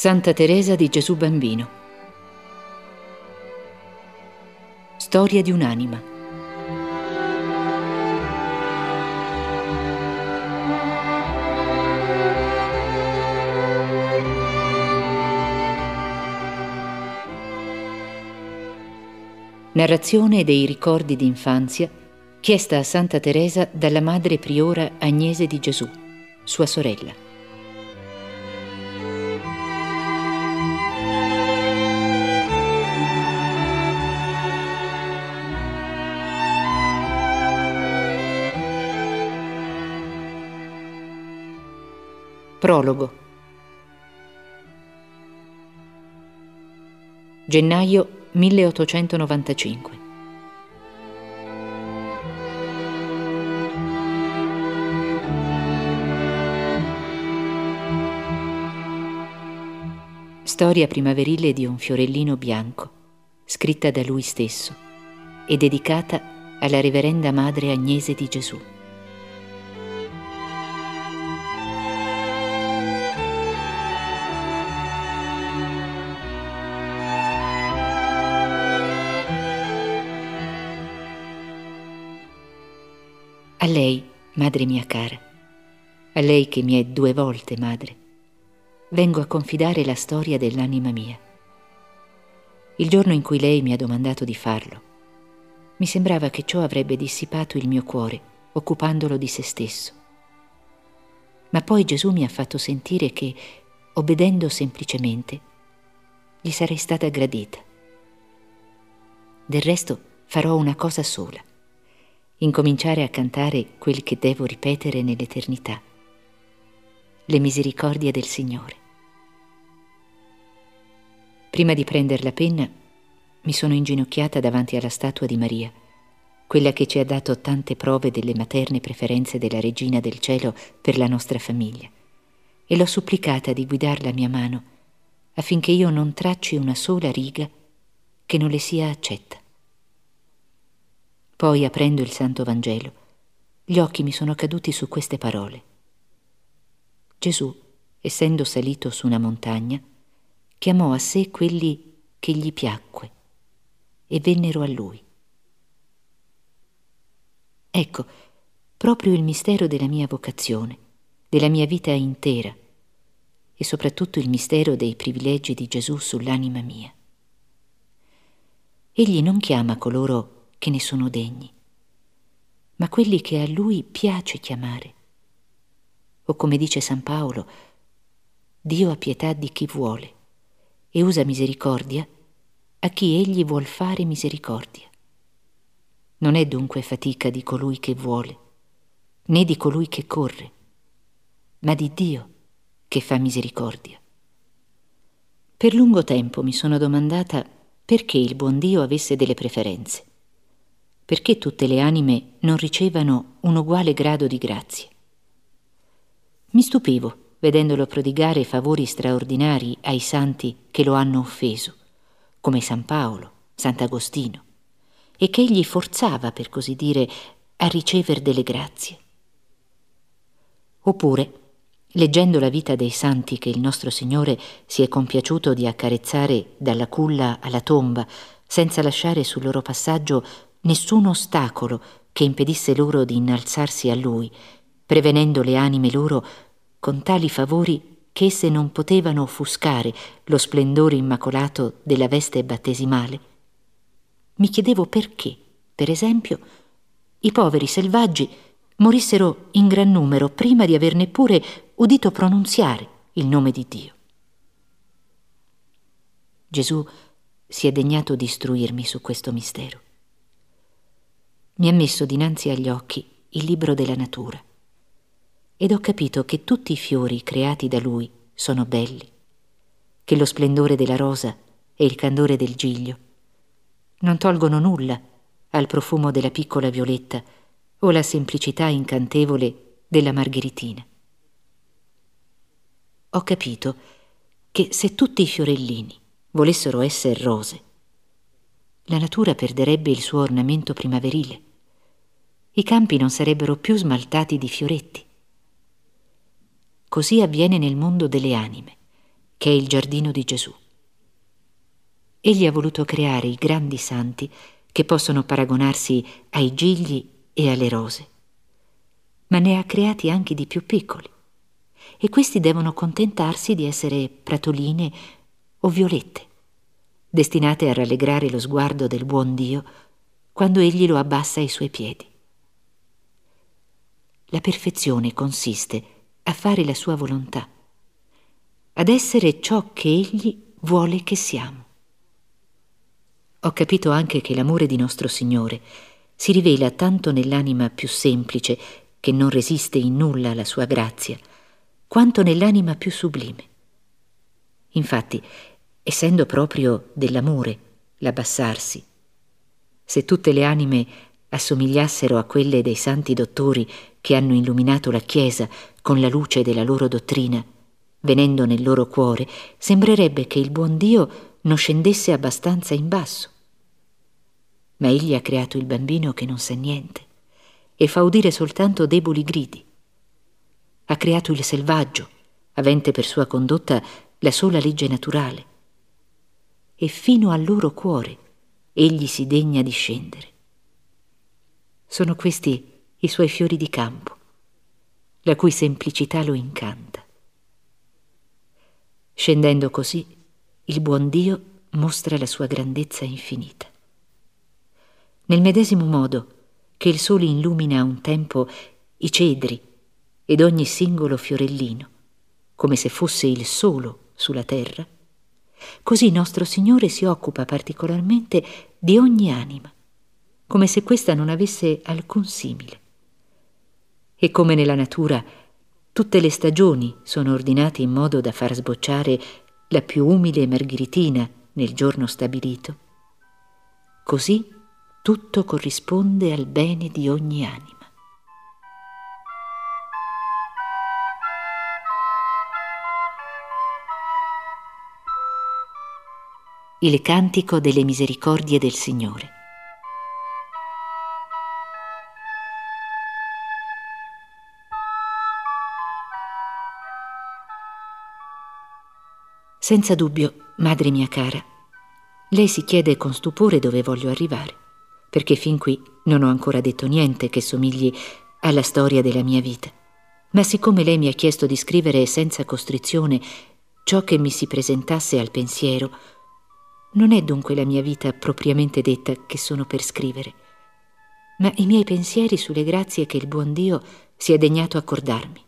Santa Teresa di Gesù Bambino. Storia di un'anima. Narrazione dei ricordi d'infanzia chiesta a Santa Teresa dalla madre priora Agnese di Gesù, sua sorella. Prologo. Gennaio 1895. Storia primaverile di un fiorellino bianco, scritta da lui stesso e dedicata alla Reverenda Madre Agnese di Gesù. A lei, madre mia cara, a lei che mi è 2 volte madre, vengo a confidare la storia dell'anima mia. Il giorno in cui lei mi ha domandato di farlo, mi sembrava che ciò avrebbe dissipato il mio cuore, occupandolo di se stesso. Ma poi Gesù mi ha fatto sentire che, obbedendo semplicemente, gli sarei stata gradita. Del resto farò una cosa sola: incominciare a cantare quel che devo ripetere nell'eternità: le misericordie del Signore. Prima di prendere la penna, mi sono inginocchiata davanti alla statua di Maria, quella che ci ha dato tante prove delle materne preferenze della Regina del Cielo per la nostra famiglia, e l'ho supplicata di guidar la mia mano affinché io non tracci una sola riga che non le sia accetta. Poi, aprendo il Santo Vangelo, gli occhi mi sono caduti su queste parole. Gesù, essendo salito su una montagna, chiamò a sé quelli che gli piacque e vennero a lui. Ecco, proprio il mistero della mia vocazione, della mia vita intera, e soprattutto il mistero dei privilegi di Gesù sull'anima mia. Egli non chiama coloro che ne sono degni, ma quelli che a lui piace chiamare. O come dice San Paolo, Dio ha pietà di chi vuole e usa misericordia a chi egli vuol fare misericordia. Non è dunque fatica di colui che vuole, né di colui che corre, ma di Dio che fa misericordia. Per lungo tempo mi sono domandata perché il buon Dio avesse delle preferenze. Perché tutte le anime non ricevano un uguale grado di grazie? Mi stupivo vedendolo prodigare favori straordinari ai santi che lo hanno offeso, come San Paolo, Sant'Agostino, e che egli forzava, per così dire, a ricever delle grazie. Oppure, leggendo la vita dei santi che il nostro Signore si è compiaciuto di accarezzare dalla culla alla tomba, senza lasciare sul loro passaggio nessun ostacolo che impedisse loro di innalzarsi a Lui, prevenendo le anime loro con tali favori che esse non potevano offuscare lo splendore immacolato della veste battesimale, mi chiedevo perché, per esempio, i poveri selvaggi morissero in gran numero prima di aver neppure udito pronunziare il nome di Dio. Gesù si è degnato di istruirmi su questo mistero. Mi ha messo dinanzi agli occhi il libro della natura ed ho capito che tutti i fiori creati da Lui sono belli, che lo splendore della rosa e il candore del giglio non tolgono nulla al profumo della piccola violetta o la semplicità incantevole della margheritina. Ho capito che se tutti i fiorellini volessero essere rose, la natura perderebbe il suo ornamento primaverile. I campi non sarebbero più smaltati di fioretti. Così avviene nel mondo delle anime, che è il giardino di Gesù. Egli ha voluto creare i grandi santi che possono paragonarsi ai gigli e alle rose, ma ne ha creati anche di più piccoli, e questi devono contentarsi di essere pratoline o violette, destinate a rallegrare lo sguardo del buon Dio quando egli lo abbassa ai suoi piedi. La perfezione consiste a fare la sua volontà, ad essere ciò che egli vuole che siamo. Ho capito anche che l'amore di nostro Signore si rivela tanto nell'anima più semplice, che non resiste in nulla alla sua grazia, quanto nell'anima più sublime. Infatti, essendo proprio dell'amore l'abbassarsi, se tutte le anime assomigliassero a quelle dei santi dottori che hanno illuminato la Chiesa con la luce della loro dottrina, venendo nel loro cuore, sembrerebbe che il buon Dio non scendesse abbastanza in basso. Ma egli ha creato il bambino che non sa niente e fa udire soltanto deboli gridi. Ha creato il selvaggio, avente per sua condotta la sola legge naturale. E fino al loro cuore egli si degna di scendere. Sono questi i suoi fiori di campo, la cui semplicità lo incanta. Scendendo così, il buon Dio mostra la sua grandezza infinita. Nel medesimo modo che il sole illumina a un tempo i cedri ed ogni singolo fiorellino, come se fosse il solo sulla terra, così nostro Signore si occupa particolarmente di ogni anima, come se questa non avesse alcun simile. E come nella natura tutte le stagioni sono ordinate in modo da far sbocciare la più umile margheritina nel giorno stabilito, così tutto corrisponde al bene di ogni anima. Il cantico delle misericordie del Signore. Senza dubbio, madre mia cara, lei si chiede con stupore dove voglio arrivare, perché fin qui non ho ancora detto niente che somigli alla storia della mia vita. Ma siccome lei mi ha chiesto di scrivere senza costrizione ciò che mi si presentasse al pensiero, non è dunque la mia vita propriamente detta che sono per scrivere, ma i miei pensieri sulle grazie che il buon Dio si è degnato accordarmi.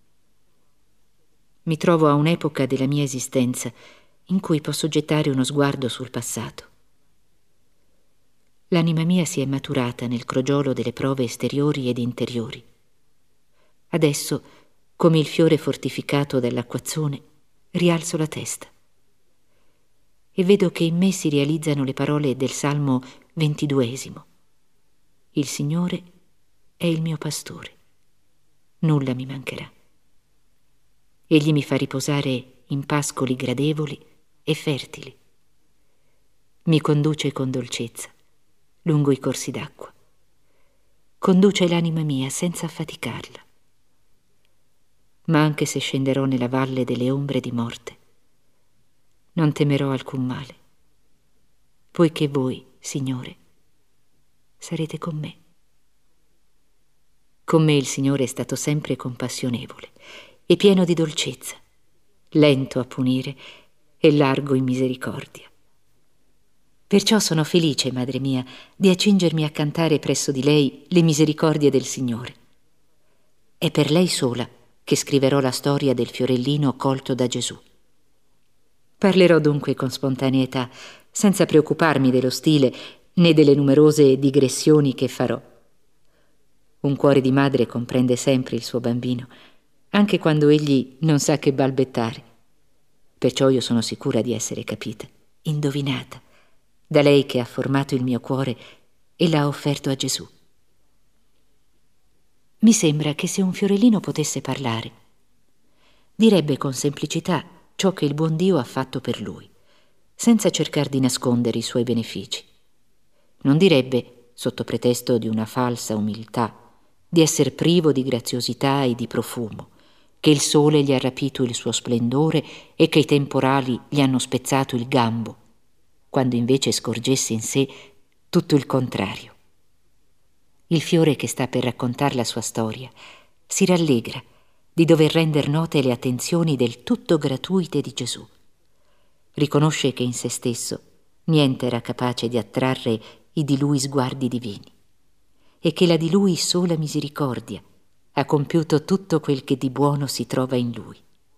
Mi trovo a un'epoca della mia esistenza in cui posso gettare uno sguardo sul passato. L'anima mia si è maturata nel crogiolo delle prove esteriori ed interiori. Adesso, come il fiore fortificato dall'acquazzone, rialzo la testa e vedo che in me si realizzano le parole del Salmo 22. Il Signore è il mio pastore, nulla mi mancherà. Egli mi fa riposare in pascoli gradevoli e fertili. Mi conduce con dolcezza lungo i corsi d'acqua. Conduce l'anima mia senza affaticarla. Ma anche se scenderò nella valle delle ombre di morte, non temerò alcun male, poiché voi, Signore, sarete con me. Con me il Signore è stato sempre compassionevole e pieno di dolcezza, lento a punire e largo in misericordia. Perciò sono felice, madre mia, di accingermi a cantare presso di lei le misericordie del Signore. È per lei sola che scriverò la storia del fiorellino colto da Gesù. Parlerò dunque con spontaneità, senza preoccuparmi dello stile né delle numerose digressioni che farò. Un cuore di madre comprende sempre il suo bambino, anche quando egli non sa che balbettare. Perciò io sono sicura di essere capita, indovinata, da lei che ha formato il mio cuore e l'ha offerto a Gesù. Mi sembra che se un fiorellino potesse parlare, direbbe con semplicità ciò che il buon Dio ha fatto per lui, senza cercar di nascondere i suoi benefici. Non direbbe, sotto pretesto di una falsa umiltà, di esser privo di graziosità e di profumo, che il sole gli ha rapito il suo splendore e che i temporali gli hanno spezzato il gambo, quando invece scorgesse in sé tutto il contrario. Il fiore che sta per raccontar la sua storia si rallegra di dover render note le attenzioni del tutto gratuite di Gesù. Riconosce che in se stesso niente era capace di attrarre i di lui sguardi divini e che la di lui sola misericordia ha compiuto tutto quel che di buono si trova in lui.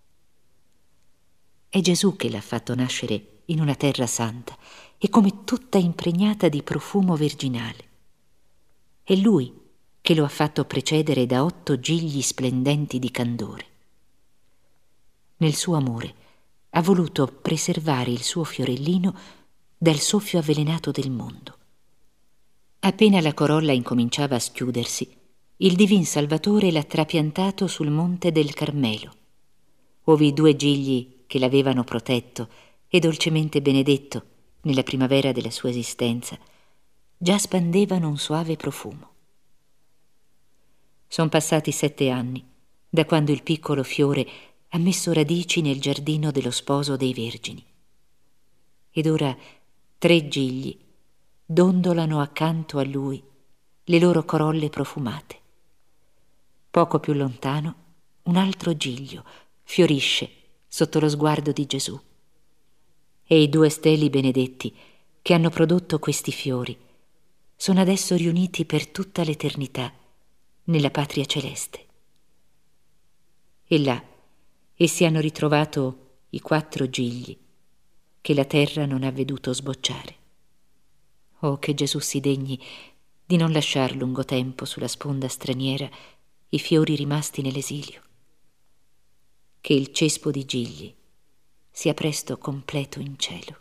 È Gesù che l'ha fatto nascere in una terra santa e come tutta impregnata di profumo virginale. È Lui che lo ha fatto precedere da 8 gigli splendenti di candore. Nel suo amore ha voluto preservare il suo fiorellino dal soffio avvelenato del mondo. Appena la corolla incominciava a schiudersi, il Divin Salvatore l'ha trapiantato sul monte del Carmelo, ove i 2 gigli che l'avevano protetto e dolcemente benedetto nella primavera della sua esistenza già spandevano un soave profumo. Son passati 7 anni da quando il piccolo fiore ha messo radici nel giardino dello sposo dei vergini. Ed ora 3 gigli dondolano accanto a lui le loro corolle profumate. Poco più lontano un altro giglio fiorisce sotto lo sguardo di Gesù. E i 2 steli benedetti che hanno prodotto questi fiori sono adesso riuniti per tutta l'eternità nella patria celeste. E là essi hanno ritrovato i 4 gigli che la terra non ha veduto sbocciare. Oh, che Gesù si degni di non lasciar lungo tempo sulla sponda straniera i fiori rimasti nell'esilio. Che il cespo di gigli sia presto completo in cielo.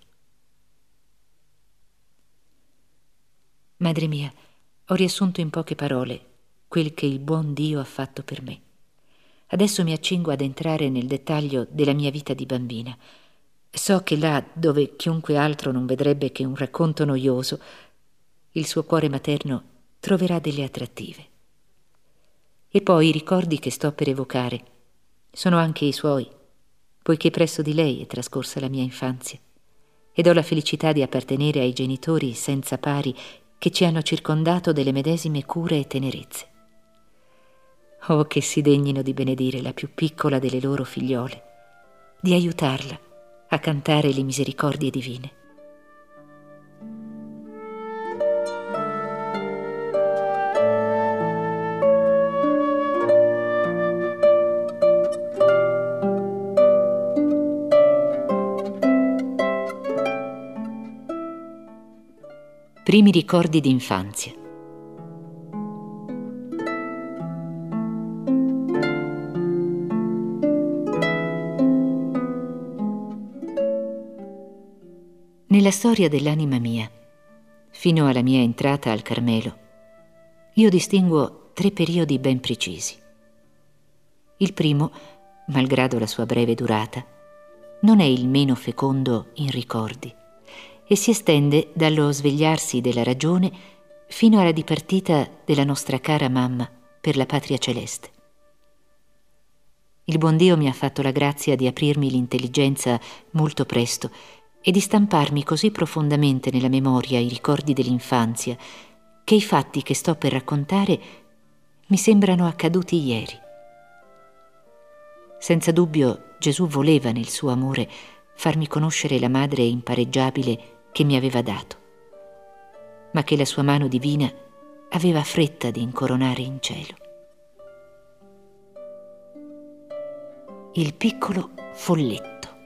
Madre mia, ho riassunto in poche parole quel che il buon Dio ha fatto per me. Adesso mi accingo ad entrare nel dettaglio della mia vita di bambina. So che là, dove chiunque altro non vedrebbe che un racconto noioso, il suo cuore materno troverà delle attrattive. E poi i ricordi che sto per evocare sono anche i suoi, poiché presso di lei è trascorsa la mia infanzia, ed ho la felicità di appartenere ai genitori senza pari che ci hanno circondato delle medesime cure e tenerezze. Oh, che si degnino di benedire la più piccola delle loro figliole, di aiutarla a cantare le misericordie divine. Primi ricordi d'infanzia. Nella storia dell'anima mia, fino alla mia entrata al Carmelo, io distinguo 3 periodi ben precisi. Il primo, malgrado la sua breve durata, non è il meno fecondo in ricordi e si estende dallo svegliarsi della ragione fino alla dipartita della nostra cara mamma per la patria celeste. Il buon Dio mi ha fatto la grazia di aprirmi l'intelligenza molto presto e di stamparmi così profondamente nella memoria i ricordi dell'infanzia che i fatti che sto per raccontare mi sembrano accaduti ieri. Senza dubbio Gesù voleva nel suo amore farmi conoscere la madre impareggiabile che mi aveva dato, ma che la sua mano divina aveva fretta di incoronare in cielo. Il piccolo folletto.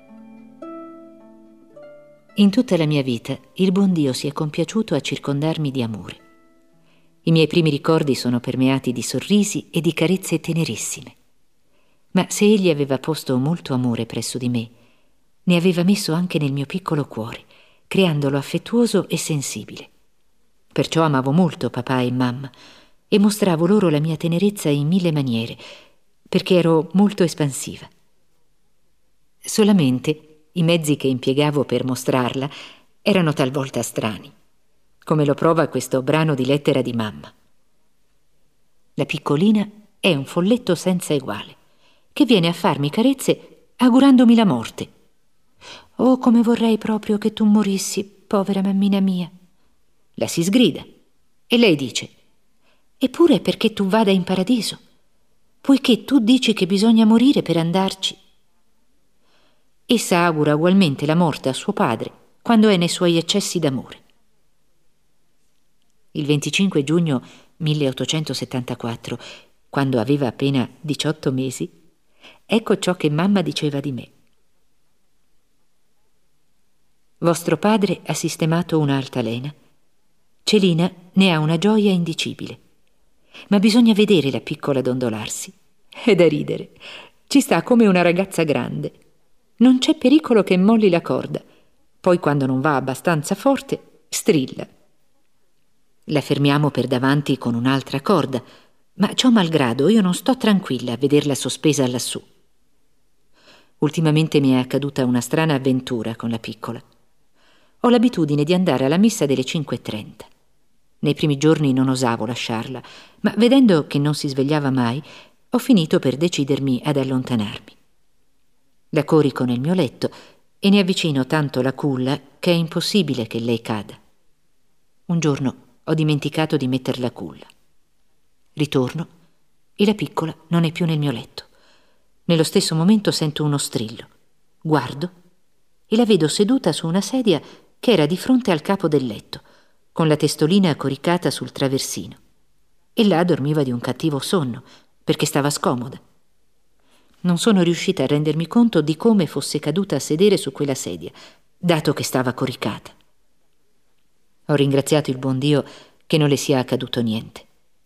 In tutta la mia vita il buon Dio si è compiaciuto a circondarmi di amore. I miei primi ricordi sono permeati di sorrisi e di carezze tenerissime. Ma se egli aveva posto molto amore presso di me, ne aveva messo anche nel mio piccolo cuore, creandolo affettuoso e sensibile. Perciò amavo molto papà e mamma e mostravo loro la mia tenerezza in 1000 maniere, perché ero molto espansiva. Solamente i mezzi che impiegavo per mostrarla erano talvolta strani, come lo prova questo brano di lettera di mamma. La piccolina è un folletto senza eguale, che viene a farmi carezze augurandomi la morte. Oh, come vorrei proprio che tu morissi, povera mammina mia. La si sgrida e lei dice: eppure perché tu vada in paradiso, poiché tu dici che bisogna morire per andarci. Essa augura ugualmente la morte a suo padre quando è nei suoi eccessi d'amore. Il 25 giugno 1874, quando aveva appena 18 mesi, ecco ciò che mamma diceva di me. Vostro padre ha sistemato un'altalena. Celina ne ha una gioia indicibile. Ma bisogna vedere la piccola dondolarsi. È da ridere. Ci sta come una ragazza grande. Non c'è pericolo che molli la corda. Poi, quando non va abbastanza forte, strilla. La fermiamo per davanti con un'altra corda, ma ciò malgrado io non sto tranquilla a vederla sospesa lassù. Ultimamente mi è accaduta una strana avventura con la piccola. Ho l'abitudine di andare alla messa delle 5:30. Nei primi giorni non osavo lasciarla, ma vedendo che non si svegliava mai, ho finito per decidermi ad allontanarmi. La corico nel mio letto e ne avvicino tanto la culla che è impossibile che lei cada. Un giorno ho dimenticato di metter la culla. Ritorno e la piccola non è più nel mio letto. Nello stesso momento sento uno strillo. Guardo e la vedo seduta su una sedia che era di fronte al capo del letto, con la testolina coricata sul traversino. E là dormiva di un cattivo sonno, perché stava scomoda. Non sono riuscita a rendermi conto di come fosse caduta a sedere su quella sedia, dato che stava coricata. Ho ringraziato il buon Dio che non le sia accaduto niente.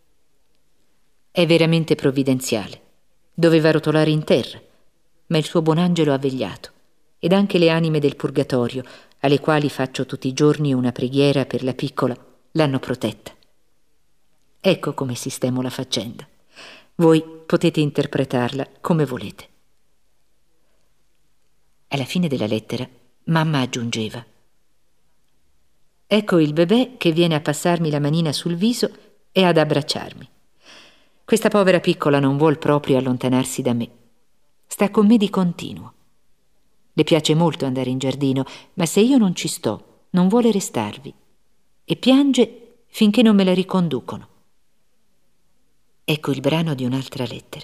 È veramente provvidenziale. Doveva rotolare in terra, ma il suo buon angelo ha vegliato, ed anche le anime del purgatorio, alle quali faccio tutti i giorni una preghiera per la piccola, l'hanno protetta. Ecco come sistemo la faccenda. Voi potete interpretarla come volete. Alla fine della lettera, mamma aggiungeva: ecco il bebè che viene a passarmi la manina sul viso e ad abbracciarmi. Questa povera piccola non vuol proprio allontanarsi da me. Sta con me di continuo. Le piace molto andare in giardino, ma se io non ci sto, non vuole restarvi e piange finché non me la riconducono. Ecco il brano di un'altra lettera.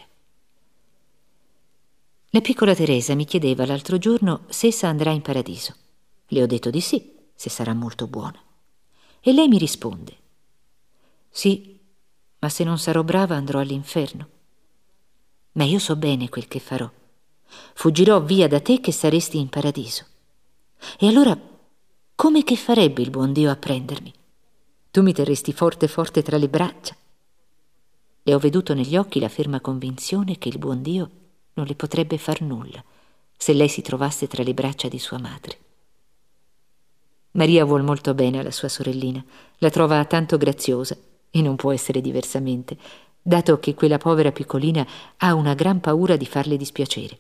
La piccola Teresa mi chiedeva l'altro giorno se essa andrà in paradiso. Le ho detto di sì, se sarà molto buona. E lei mi risponde: sì, ma se non sarò brava andrò all'inferno. Ma io so bene quel che farò. Fuggirò via da te che saresti in paradiso. E allora, come che farebbe il buon Dio a prendermi? Tu mi terresti forte forte tra le braccia. Le ho veduto negli occhi la ferma convinzione che il buon Dio non le potrebbe far nulla se lei si trovasse tra le braccia di sua madre. Maria vuol molto bene alla sua sorellina, la trova tanto graziosa, e non può essere diversamente, dato che quella povera piccolina ha una gran paura di farle dispiacere.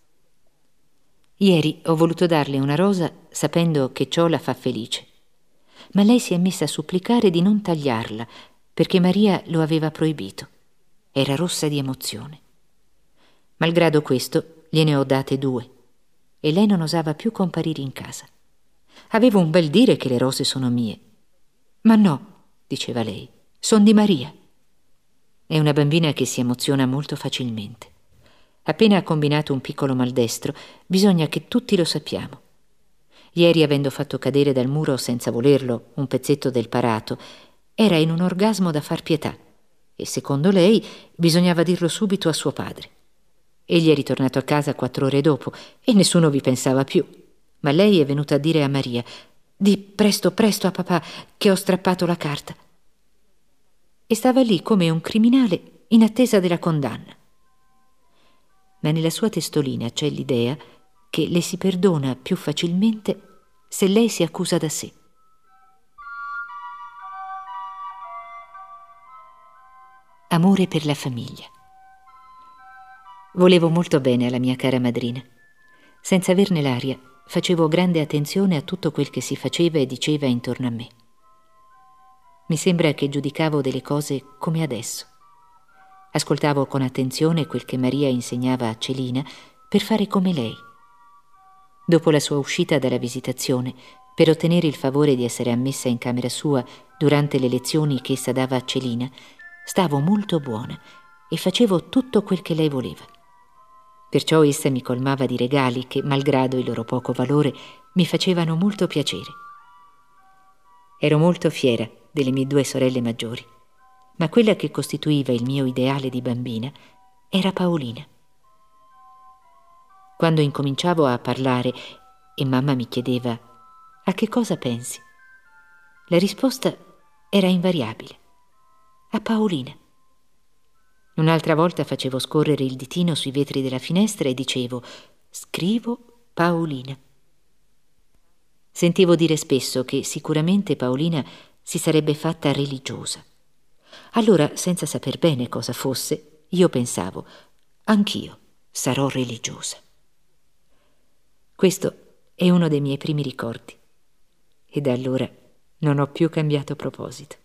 Ieri ho voluto darle una rosa sapendo che ciò la fa felice, ma lei si è messa a supplicare di non tagliarla perché Maria lo aveva proibito. Era rossa di emozione. Malgrado questo, gliene ho date 2 e lei non osava più comparire in casa. Avevo un bel dire che le rose sono mie. Ma no, diceva lei, son di Maria. È una bambina che si emoziona molto facilmente. Appena ha combinato un piccolo maldestro, bisogna che tutti lo sappiamo. Ieri, avendo fatto cadere dal muro senza volerlo un pezzetto del parato, era in un orgasmo da far pietà e, secondo lei, bisognava dirlo subito a suo padre. Egli è ritornato a casa 4 ore dopo e nessuno vi pensava più. Ma lei è venuta a dire a Maria: «Di presto, presto a papà che ho strappato la carta». E stava lì come un criminale in attesa della condanna. Ma nella sua testolina c'è l'idea che le si perdona più facilmente se lei si accusa da sé. Amore per la famiglia. Volevo molto bene alla mia cara madrina. Senza averne l'aria, facevo grande attenzione a tutto quel che si faceva e diceva intorno a me. Mi sembra che giudicavo delle cose come adesso. Ascoltavo con attenzione quel che Maria insegnava a Celina per fare come lei. Dopo la sua uscita dalla visitazione, per ottenere il favore di essere ammessa in camera sua durante le lezioni che essa dava a Celina, stavo molto buona e facevo tutto quel che lei voleva. Perciò essa mi colmava di regali che, malgrado il loro poco valore, mi facevano molto piacere. Ero molto fiera delle mie 2 sorelle maggiori, ma quella che costituiva il mio ideale di bambina era Paolina. Quando incominciavo a parlare e mamma mi chiedeva «A che cosa pensi?», la risposta era invariabile: «A Paolina». Un'altra volta facevo scorrere il ditino sui vetri della finestra e dicevo «Scrivo Paolina». Sentivo dire spesso che sicuramente Paolina si sarebbe fatta religiosa. Allora, senza saper bene cosa fosse, io pensavo «Anch'io sarò religiosa». Questo è uno dei miei primi ricordi e da allora non ho più cambiato proposito.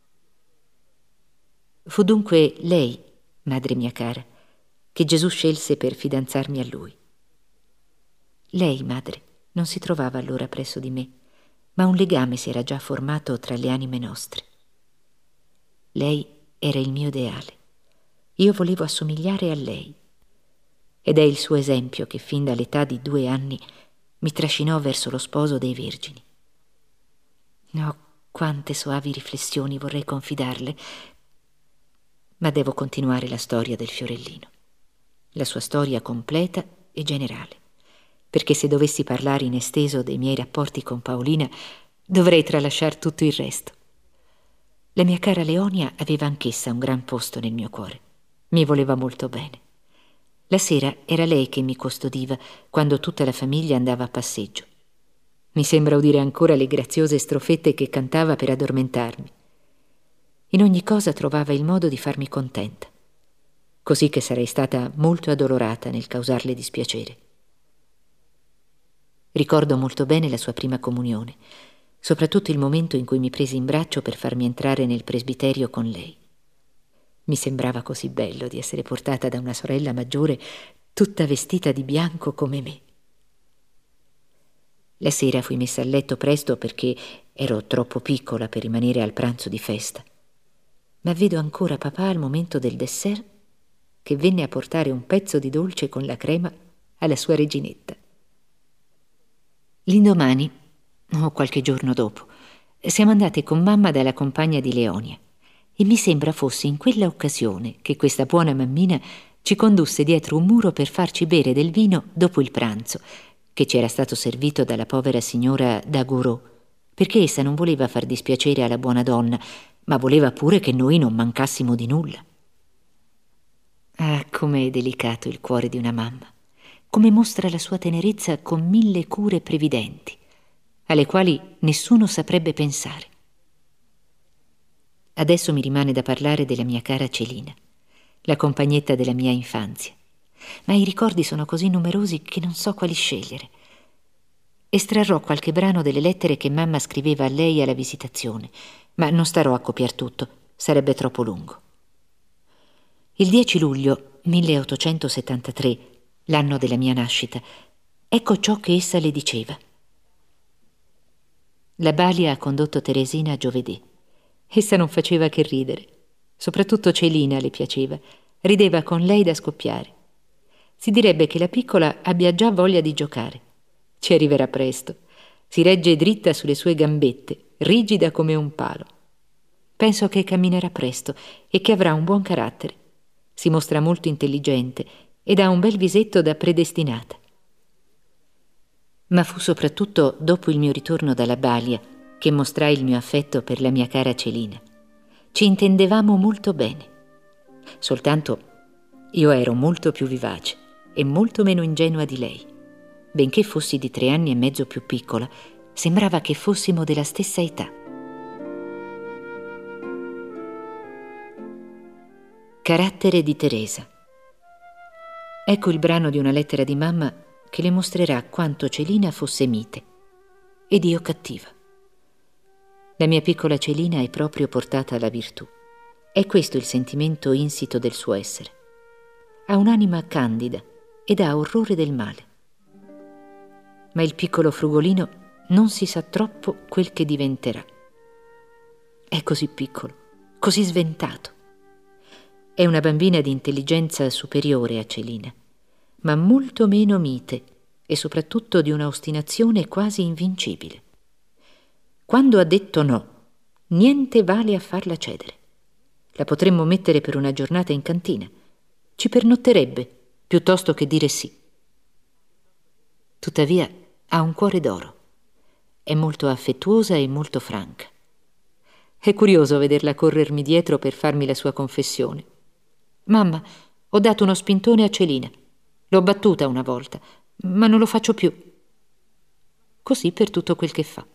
Fu dunque lei, madre mia cara, che Gesù scelse per fidanzarmi a Lui. Lei, madre, non si trovava allora presso di me, ma un legame si era già formato tra le anime nostre. Lei era il mio ideale. Io volevo assomigliare a lei. Ed è il suo esempio che fin dall'età di 2 anni mi trascinò verso lo sposo dei vergini. Oh, quante soavi riflessioni vorrei confidarle, ma devo continuare la storia del fiorellino, la sua storia completa e generale, perché se dovessi parlare in esteso dei miei rapporti con Paolina dovrei tralasciar tutto il resto. La mia cara Leonia aveva anch'essa un gran posto nel mio cuore, mi voleva molto bene. La sera era lei che mi custodiva quando tutta la famiglia andava a passeggio. Mi sembra udire ancora le graziose strofette che cantava per addormentarmi. In ogni cosa trovava il modo di farmi contenta, così che sarei stata molto addolorata nel causarle dispiacere. Ricordo molto bene la sua prima comunione, soprattutto il momento in cui mi prese in braccio per farmi entrare nel presbiterio con lei. Mi sembrava così bello di essere portata da una sorella maggiore tutta vestita di bianco come me. La sera fui messa a letto presto perché ero troppo piccola per rimanere al pranzo di festa. Ma vedo ancora papà al momento del dessert che venne a portare un pezzo di dolce con la crema alla sua reginetta. L'indomani, o qualche giorno dopo, siamo andate con mamma dalla compagna di Leonia e mi sembra fosse in quella occasione che questa buona mammina ci condusse dietro un muro per farci bere del vino dopo il pranzo, che ci era stato servito dalla povera signora Dagourou, perché essa non voleva far dispiacere alla buona donna, ma voleva pure che noi non mancassimo di nulla. Ah, com'è delicato il cuore di una mamma, come mostra la sua tenerezza con 1000 cure previdenti, alle quali nessuno saprebbe pensare. Adesso mi rimane da parlare della mia cara Celina, la compagnetta della mia infanzia, ma i ricordi sono così numerosi che non so quali scegliere. Estrarrò qualche brano delle lettere che mamma scriveva a lei alla visitazione, ma non starò a copiar tutto, sarebbe troppo lungo. Il 10 luglio 1873, l'anno della mia nascita, ecco ciò che essa le diceva. La balia ha condotto Teresina a giovedì. Essa non faceva che ridere. Soprattutto Celina le piaceva. Rideva con lei da scoppiare. Si direbbe che la piccola abbia già voglia di giocare. Ci arriverà presto. Si regge dritta sulle sue gambette, rigida come un palo. Penso che camminerà presto e che avrà un buon carattere. Si mostra molto intelligente ed ha un bel visetto da predestinata. Ma fu soprattutto dopo il mio ritorno dalla balia che mostrai il mio affetto per la mia cara Celina. Ci intendevamo molto bene. Soltanto io ero molto più vivace e molto meno ingenua di lei. Benché fossi di 3 anni e mezzo più piccola, sembrava che fossimo della stessa età. Carattere di Teresa. Ecco il brano di una lettera di mamma che le mostrerà quanto Celina fosse mite ed io cattiva. La mia piccola Celina è proprio portata alla virtù. È questo il sentimento insito del suo essere. Ha un'anima candida ed ha orrore del male. Ma il piccolo Frugolino non si sa troppo quel che diventerà. È così piccolo, così sventato. È una bambina di intelligenza superiore a Celina, ma molto meno mite e soprattutto di un'ostinazione quasi invincibile. Quando ha detto no, niente vale a farla cedere. La potremmo mettere per una giornata in cantina. Ci pernotterebbe, piuttosto che dire sì. Tuttavia ha un cuore d'oro. È molto affettuosa e molto franca. È curioso vederla corrermi dietro per farmi la sua confessione. Mamma, ho dato uno spintone a Celina. L'ho battuta una volta, ma non lo faccio più. Così per tutto quel che fa.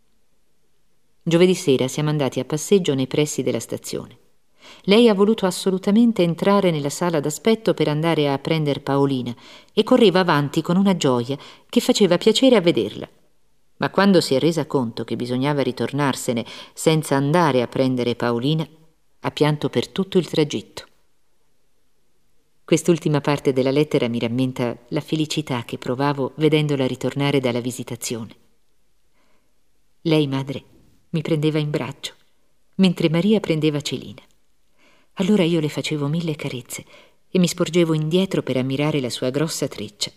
Giovedì sera siamo andati a passeggio nei pressi della stazione. Lei ha voluto assolutamente entrare nella sala d'aspetto per andare a prender Paolina e correva avanti con una gioia che faceva piacere a vederla. Ma quando si è resa conto che bisognava ritornarsene senza andare a prendere Paolina, ha pianto per tutto il tragitto. Quest'ultima parte della lettera mi rammenta la felicità che provavo vedendola ritornare dalla visitazione. Lei, madre, mi prendeva in braccio, mentre Maria prendeva Celina. Allora io le facevo 1000 carezze e mi sporgevo indietro per ammirare la sua grossa treccia.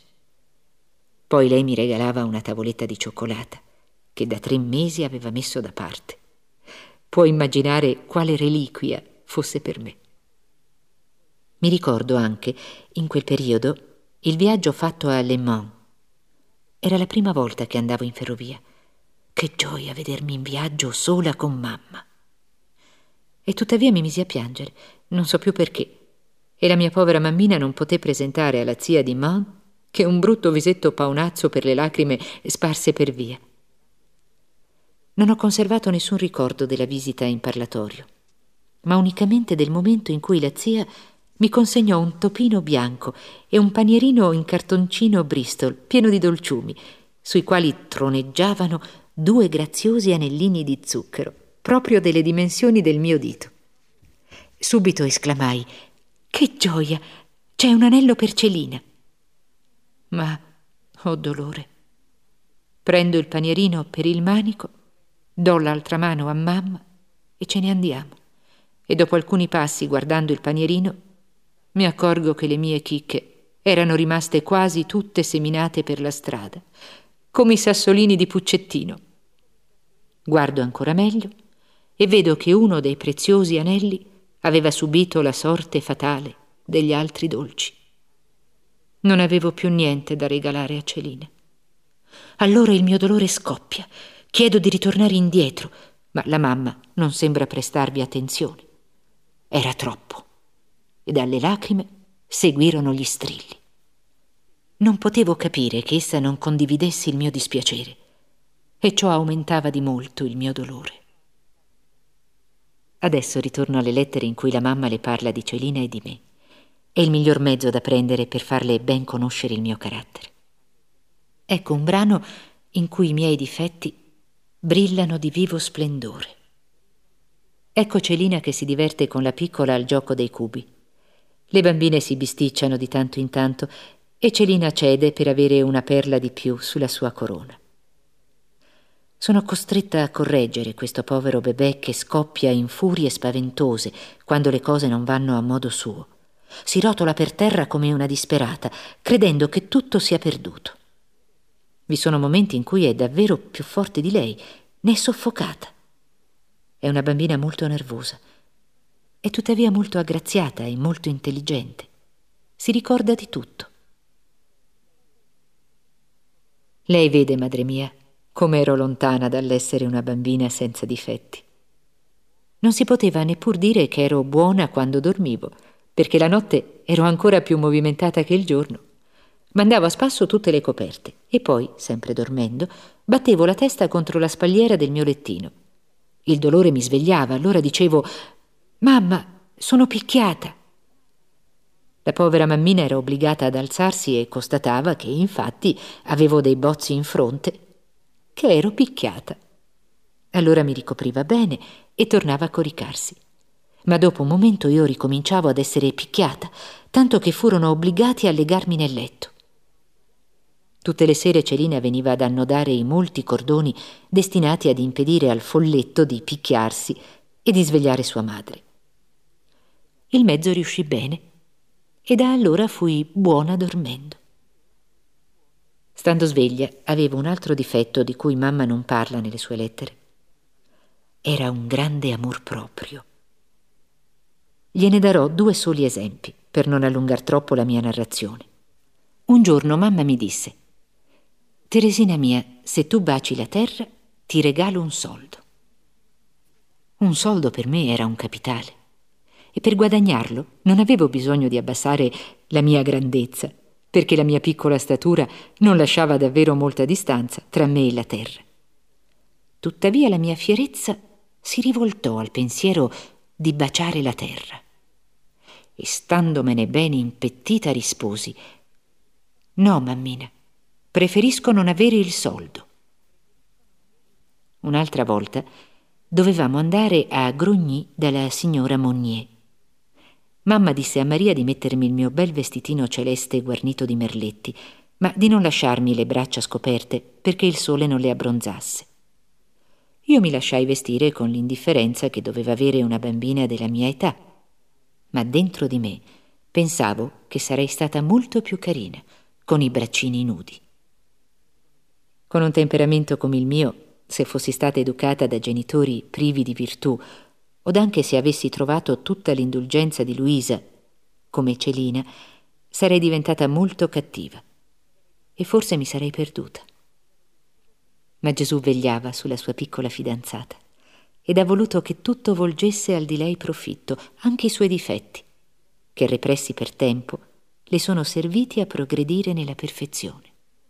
Poi lei mi regalava una tavoletta di cioccolata che da 3 mesi aveva messo da parte. Puoi immaginare quale reliquia fosse per me. Mi ricordo anche, in quel periodo, il viaggio fatto a Le Mans. Era la prima volta che andavo in ferrovia. Che gioia vedermi in viaggio sola con mamma. E tuttavia mi misi a piangere, non so più perché, e la mia povera mammina non poté presentare alla zia di Mans che un brutto visetto paonazzo per le lacrime sparse per via. Non ho conservato nessun ricordo della visita in parlatorio, ma unicamente del momento in cui la zia mi consegnò un topino bianco e un panierino in cartoncino Bristol pieno di dolciumi, sui quali troneggiavano 2 graziosi anellini di zucchero, proprio delle dimensioni del mio dito. Subito esclamai: «Che gioia! C'è un anello per Celina!» Ma ho dolore. Prendo il panierino per il manico, do l'altra mano a mamma e ce ne andiamo. E dopo alcuni passi, guardando il panierino, mi accorgo che le mie chicche erano rimaste quasi tutte seminate per la strada, come i sassolini di Puccettino. Guardo ancora meglio e vedo che uno dei preziosi anelli aveva subito la sorte fatale degli altri dolci. Non avevo più niente da regalare a Celina. Allora il mio dolore scoppia, chiedo di ritornare indietro, ma la mamma non sembra prestarvi attenzione. Era troppo, e dalle lacrime seguirono gli strilli. Non potevo capire che essa non condividesse il mio dispiacere, e ciò aumentava di molto il mio dolore. Adesso ritorno alle lettere in cui la mamma le parla di Celina e di me. È il miglior mezzo da prendere per farle ben conoscere il mio carattere. Ecco un brano in cui i miei difetti brillano di vivo splendore. Ecco Celina che si diverte con la piccola al gioco dei cubi. Le bambine si bisticciano di tanto in tanto e Celina cede per avere una perla di più sulla sua corona. Sono costretta a correggere questo povero bebè che scoppia in furie spaventose quando le cose non vanno a modo suo. Si rotola per terra come una disperata, credendo che tutto sia perduto. Vi sono momenti in cui è davvero più forte di lei, ne è soffocata. È una bambina molto nervosa, è tuttavia molto aggraziata e molto intelligente. Si ricorda di tutto. Lei vede, madre mia, come ero lontana dall'essere una bambina senza difetti. Non si poteva neppur dire che ero buona quando dormivo, perché la notte ero ancora più movimentata che il giorno. Mandavo a spasso tutte le coperte e poi, sempre dormendo, battevo la testa contro la spalliera del mio lettino. Il dolore mi svegliava, allora dicevo: «Mamma, sono picchiata!» La povera mammina era obbligata ad alzarsi e constatava che, infatti, avevo dei bozzi in fronte, che ero picchiata. Allora mi ricopriva bene e tornava a coricarsi. ma dopo un momento io ricominciavo ad essere picchiata, tanto che furono obbligati a legarmi nel letto. Tutte le sere Celina veniva ad annodare i molti cordoni destinati ad impedire al folletto di picchiarsi e di svegliare sua madre. Il mezzo riuscì bene e da allora fui buona dormendo. Stando sveglia, avevo un altro difetto di cui mamma non parla nelle sue lettere. Era un grande amor proprio. Gliene darò 2 soli esempi, per non allungar troppo la mia narrazione. Un giorno mamma mi disse: «Teresina mia, se tu baci la terra, ti regalo un soldo». Un soldo per me era un capitale, e per guadagnarlo non avevo bisogno di abbassare la mia grandezza, perché la mia piccola statura non lasciava davvero molta distanza tra me e la terra. Tuttavia la mia fierezza si rivoltò al pensiero di baciare la terra, e standomene bene impettita risposi: «No, mammina, preferisco non avere il soldo». Un'altra volta dovevamo andare a Grogny dalla signora Monnier. Mamma disse a Maria di mettermi il mio bel vestitino celeste guarnito di merletti, ma di non lasciarmi le braccia scoperte perché il sole non le abbronzasse. Io mi lasciai vestire con l'indifferenza che doveva avere una bambina della mia età, ma dentro di me pensavo che sarei stata molto più carina con i braccini nudi. Con un temperamento come il mio, se fossi stata educata da genitori privi di virtù, od anche se avessi trovato tutta l'indulgenza di Luisa, come Celina, sarei diventata molto cattiva e forse mi sarei perduta. Ma Gesù vegliava sulla sua piccola fidanzata ed ha voluto che tutto volgesse al di lei profitto, anche i suoi difetti, che repressi per tempo le sono serviti a progredire nella perfezione.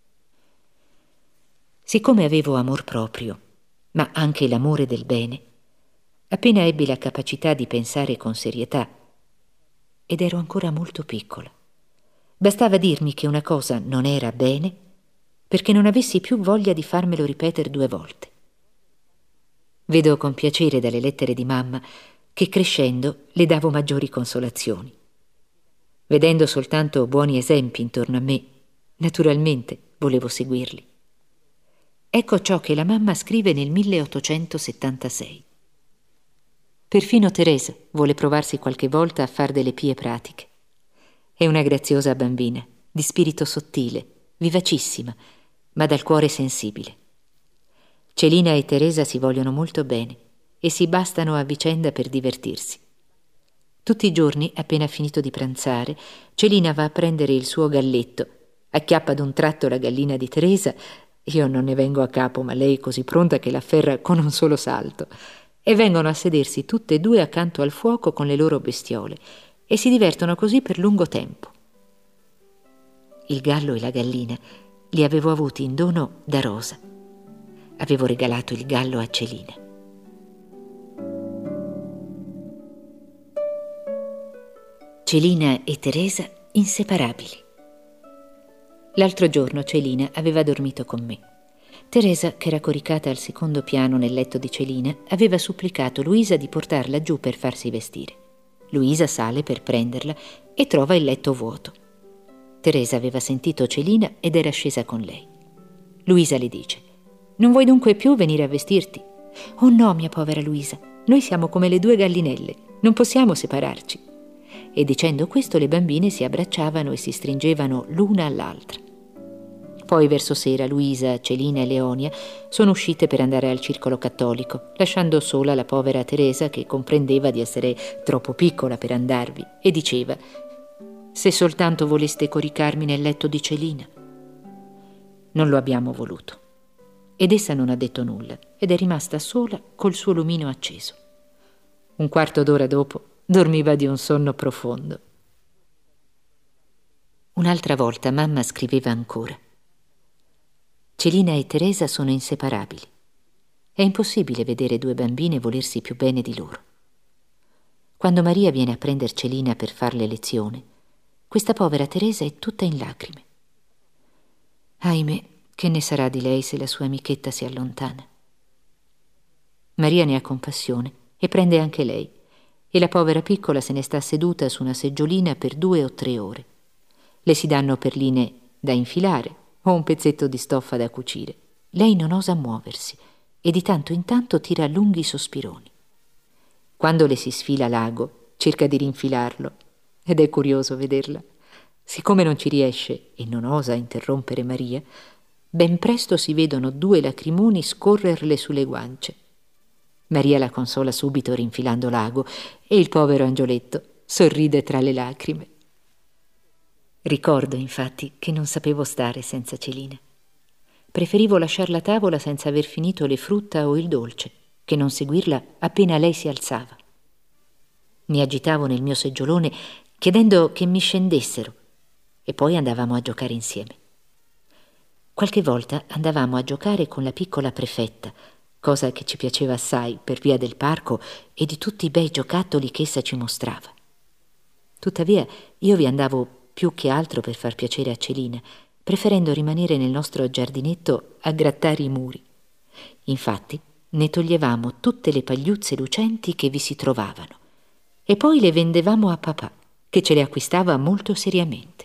Siccome avevo amor proprio, ma anche l'amore del bene, appena ebbi la capacità di pensare con serietà, ed ero ancora molto piccola, bastava dirmi che una cosa non era bene perché non avessi più voglia di farmelo ripetere 2 volte. Vedo con piacere dalle lettere di mamma che crescendo le davo maggiori consolazioni. Vedendo soltanto buoni esempi intorno a me, naturalmente volevo seguirli. Ecco ciò che la mamma scrive nel 1876. Perfino Teresa vuole provarsi qualche volta a far delle pie pratiche. È una graziosa bambina, di spirito sottile, vivacissima, ma dal cuore sensibile. Celina e Teresa si vogliono molto bene e si bastano a vicenda per divertirsi. Tutti i giorni, appena finito di pranzare, Celina va a prendere il suo galletto, acchiappa d'un tratto la gallina di Teresa. Io non ne vengo a capo, ma lei è così pronta che l'afferra con un solo salto, e vengono a sedersi tutte e 2 accanto al fuoco con le loro bestiole e si divertono così per lungo tempo. Il gallo e la gallina li avevo avuti in dono da Rosa. Avevo regalato il gallo a Celina. Celina e Teresa inseparabili. L'altro giorno Celina aveva dormito con me. Teresa, che era coricata al secondo piano nel letto di Celina, aveva supplicato Luisa di portarla giù per farsi vestire. Luisa sale per prenderla e trova il letto vuoto. Teresa aveva sentito Celina ed era scesa con lei. Luisa le dice: «Non vuoi dunque più venire a vestirti?» «Oh no, mia povera Luisa, noi siamo come le 2 gallinelle, non possiamo separarci». E dicendo questo le bambine si abbracciavano e si stringevano l'una all'altra. Poi verso sera Luisa, Celina e Leonia sono uscite per andare al circolo cattolico, lasciando sola la povera Teresa che comprendeva di essere troppo piccola per andarvi e diceva: «Se soltanto voleste coricarmi nel letto di Celina». Non lo abbiamo voluto ed essa non ha detto nulla ed è rimasta sola col suo lumino acceso. Un quarto d'ora dopo dormiva di un sonno profondo. Un'altra volta mamma scriveva ancora: «Celina e Teresa sono inseparabili. È impossibile vedere 2 bambine volersi più bene di loro. Quando Maria viene a prender Celina per farle lezione, questa povera Teresa è tutta in lacrime. Ahimè, che ne sarà di lei se la sua amichetta si allontana?» Maria ne ha compassione e prende anche lei e la povera piccola se ne sta seduta su una seggiolina per 2 o 3 ore. Le si danno perline da infilare o un pezzetto di stoffa da cucire. Lei non osa muoversi e di tanto in tanto tira lunghi sospironi. Quando le si sfila l'ago, cerca di rinfilarlo ed è curioso vederla. Siccome non ci riesce e non osa interrompere Maria, ben presto si vedono 2 lacrimoni scorrerle sulle guance. Maria la consola subito rinfilando l'ago e il povero angioletto sorride tra le lacrime. Ricordo infatti che non sapevo stare senza Celina. Preferivo lasciarla a tavola senza aver finito le frutta o il dolce, che non seguirla appena lei si alzava. Mi agitavo nel mio seggiolone chiedendo che mi scendessero e poi andavamo a giocare insieme. Qualche volta andavamo a giocare con la piccola prefetta, cosa che ci piaceva assai per via del parco e di tutti i bei giocattoli che essa ci mostrava. Tuttavia io vi andavo più che altro per far piacere a Celina, preferendo rimanere nel nostro giardinetto a grattare i muri. Infatti ne toglievamo tutte le pagliuzze lucenti che vi si trovavano e poi le vendevamo a papà, che ce le acquistava molto seriamente.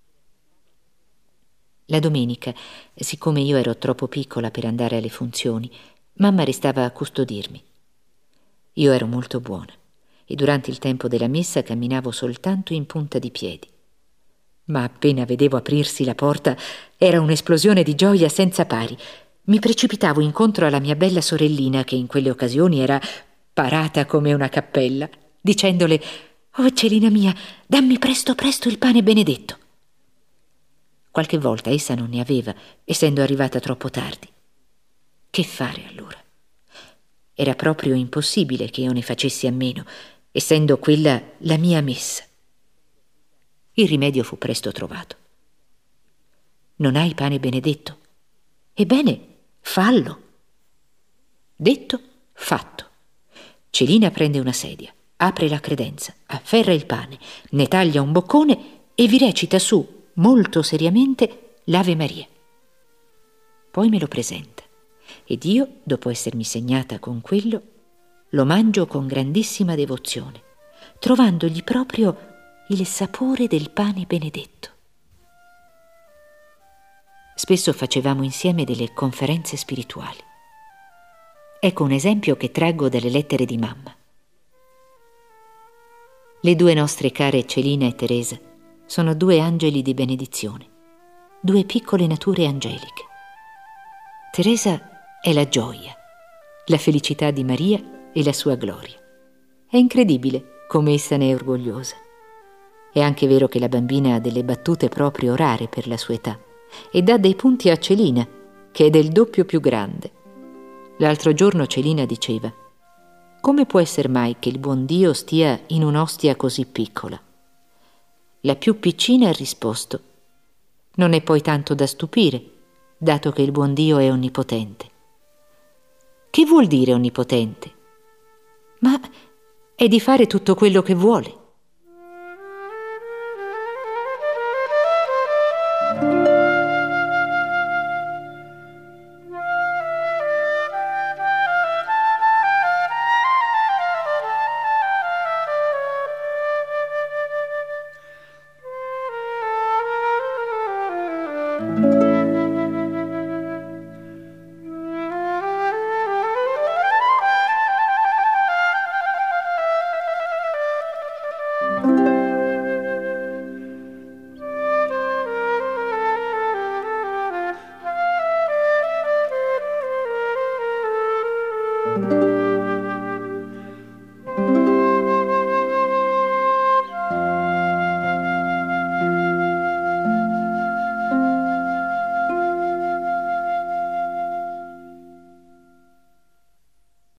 La domenica, siccome io ero troppo piccola per andare alle funzioni, mamma restava a custodirmi. Io ero molto buona e durante il tempo della messa camminavo soltanto in punta di piedi. Ma appena vedevo aprirsi la porta era un'esplosione di gioia senza pari. Mi precipitavo incontro alla mia bella sorellina, che in quelle occasioni era parata come una cappella, dicendole: «Oh, Celina mia, dammi presto presto il pane benedetto». Qualche volta essa non ne aveva, essendo arrivata troppo tardi. Che fare allora? Era proprio impossibile che io ne facessi a meno, essendo quella la mia messa. Il rimedio fu presto trovato. «Non hai pane benedetto? Ebbene, fallo». Detto, fatto. Celina prende una sedia, apre la credenza, afferra il pane, ne taglia un boccone e vi recita su, molto seriamente, l'Ave Maria. Poi me lo presenta ed io, dopo essermi segnata con quello, lo mangio con grandissima devozione, trovandogli proprio il sapore del pane benedetto. Spesso facevamo insieme delle conferenze spirituali. Ecco un esempio che traggo dalle lettere di mamma. Le 2 nostre care Celina e Teresa sono 2 angeli di benedizione, 2 piccole nature angeliche. Teresa è la gioia, la felicità di Maria e la sua gloria. È incredibile come essa ne è orgogliosa. È anche vero che la bambina ha delle battute proprio rare per la sua età e dà dei punti a Celina, che è del doppio più grande. L'altro giorno Celina diceva: «Come può esser mai che il buon Dio stia in un'ostia così piccola?» La più piccina ha risposto: «Non è poi tanto da stupire, dato che il buon Dio è onnipotente». «Che vuol dire onnipotente?» «Ma è di fare tutto quello che vuole».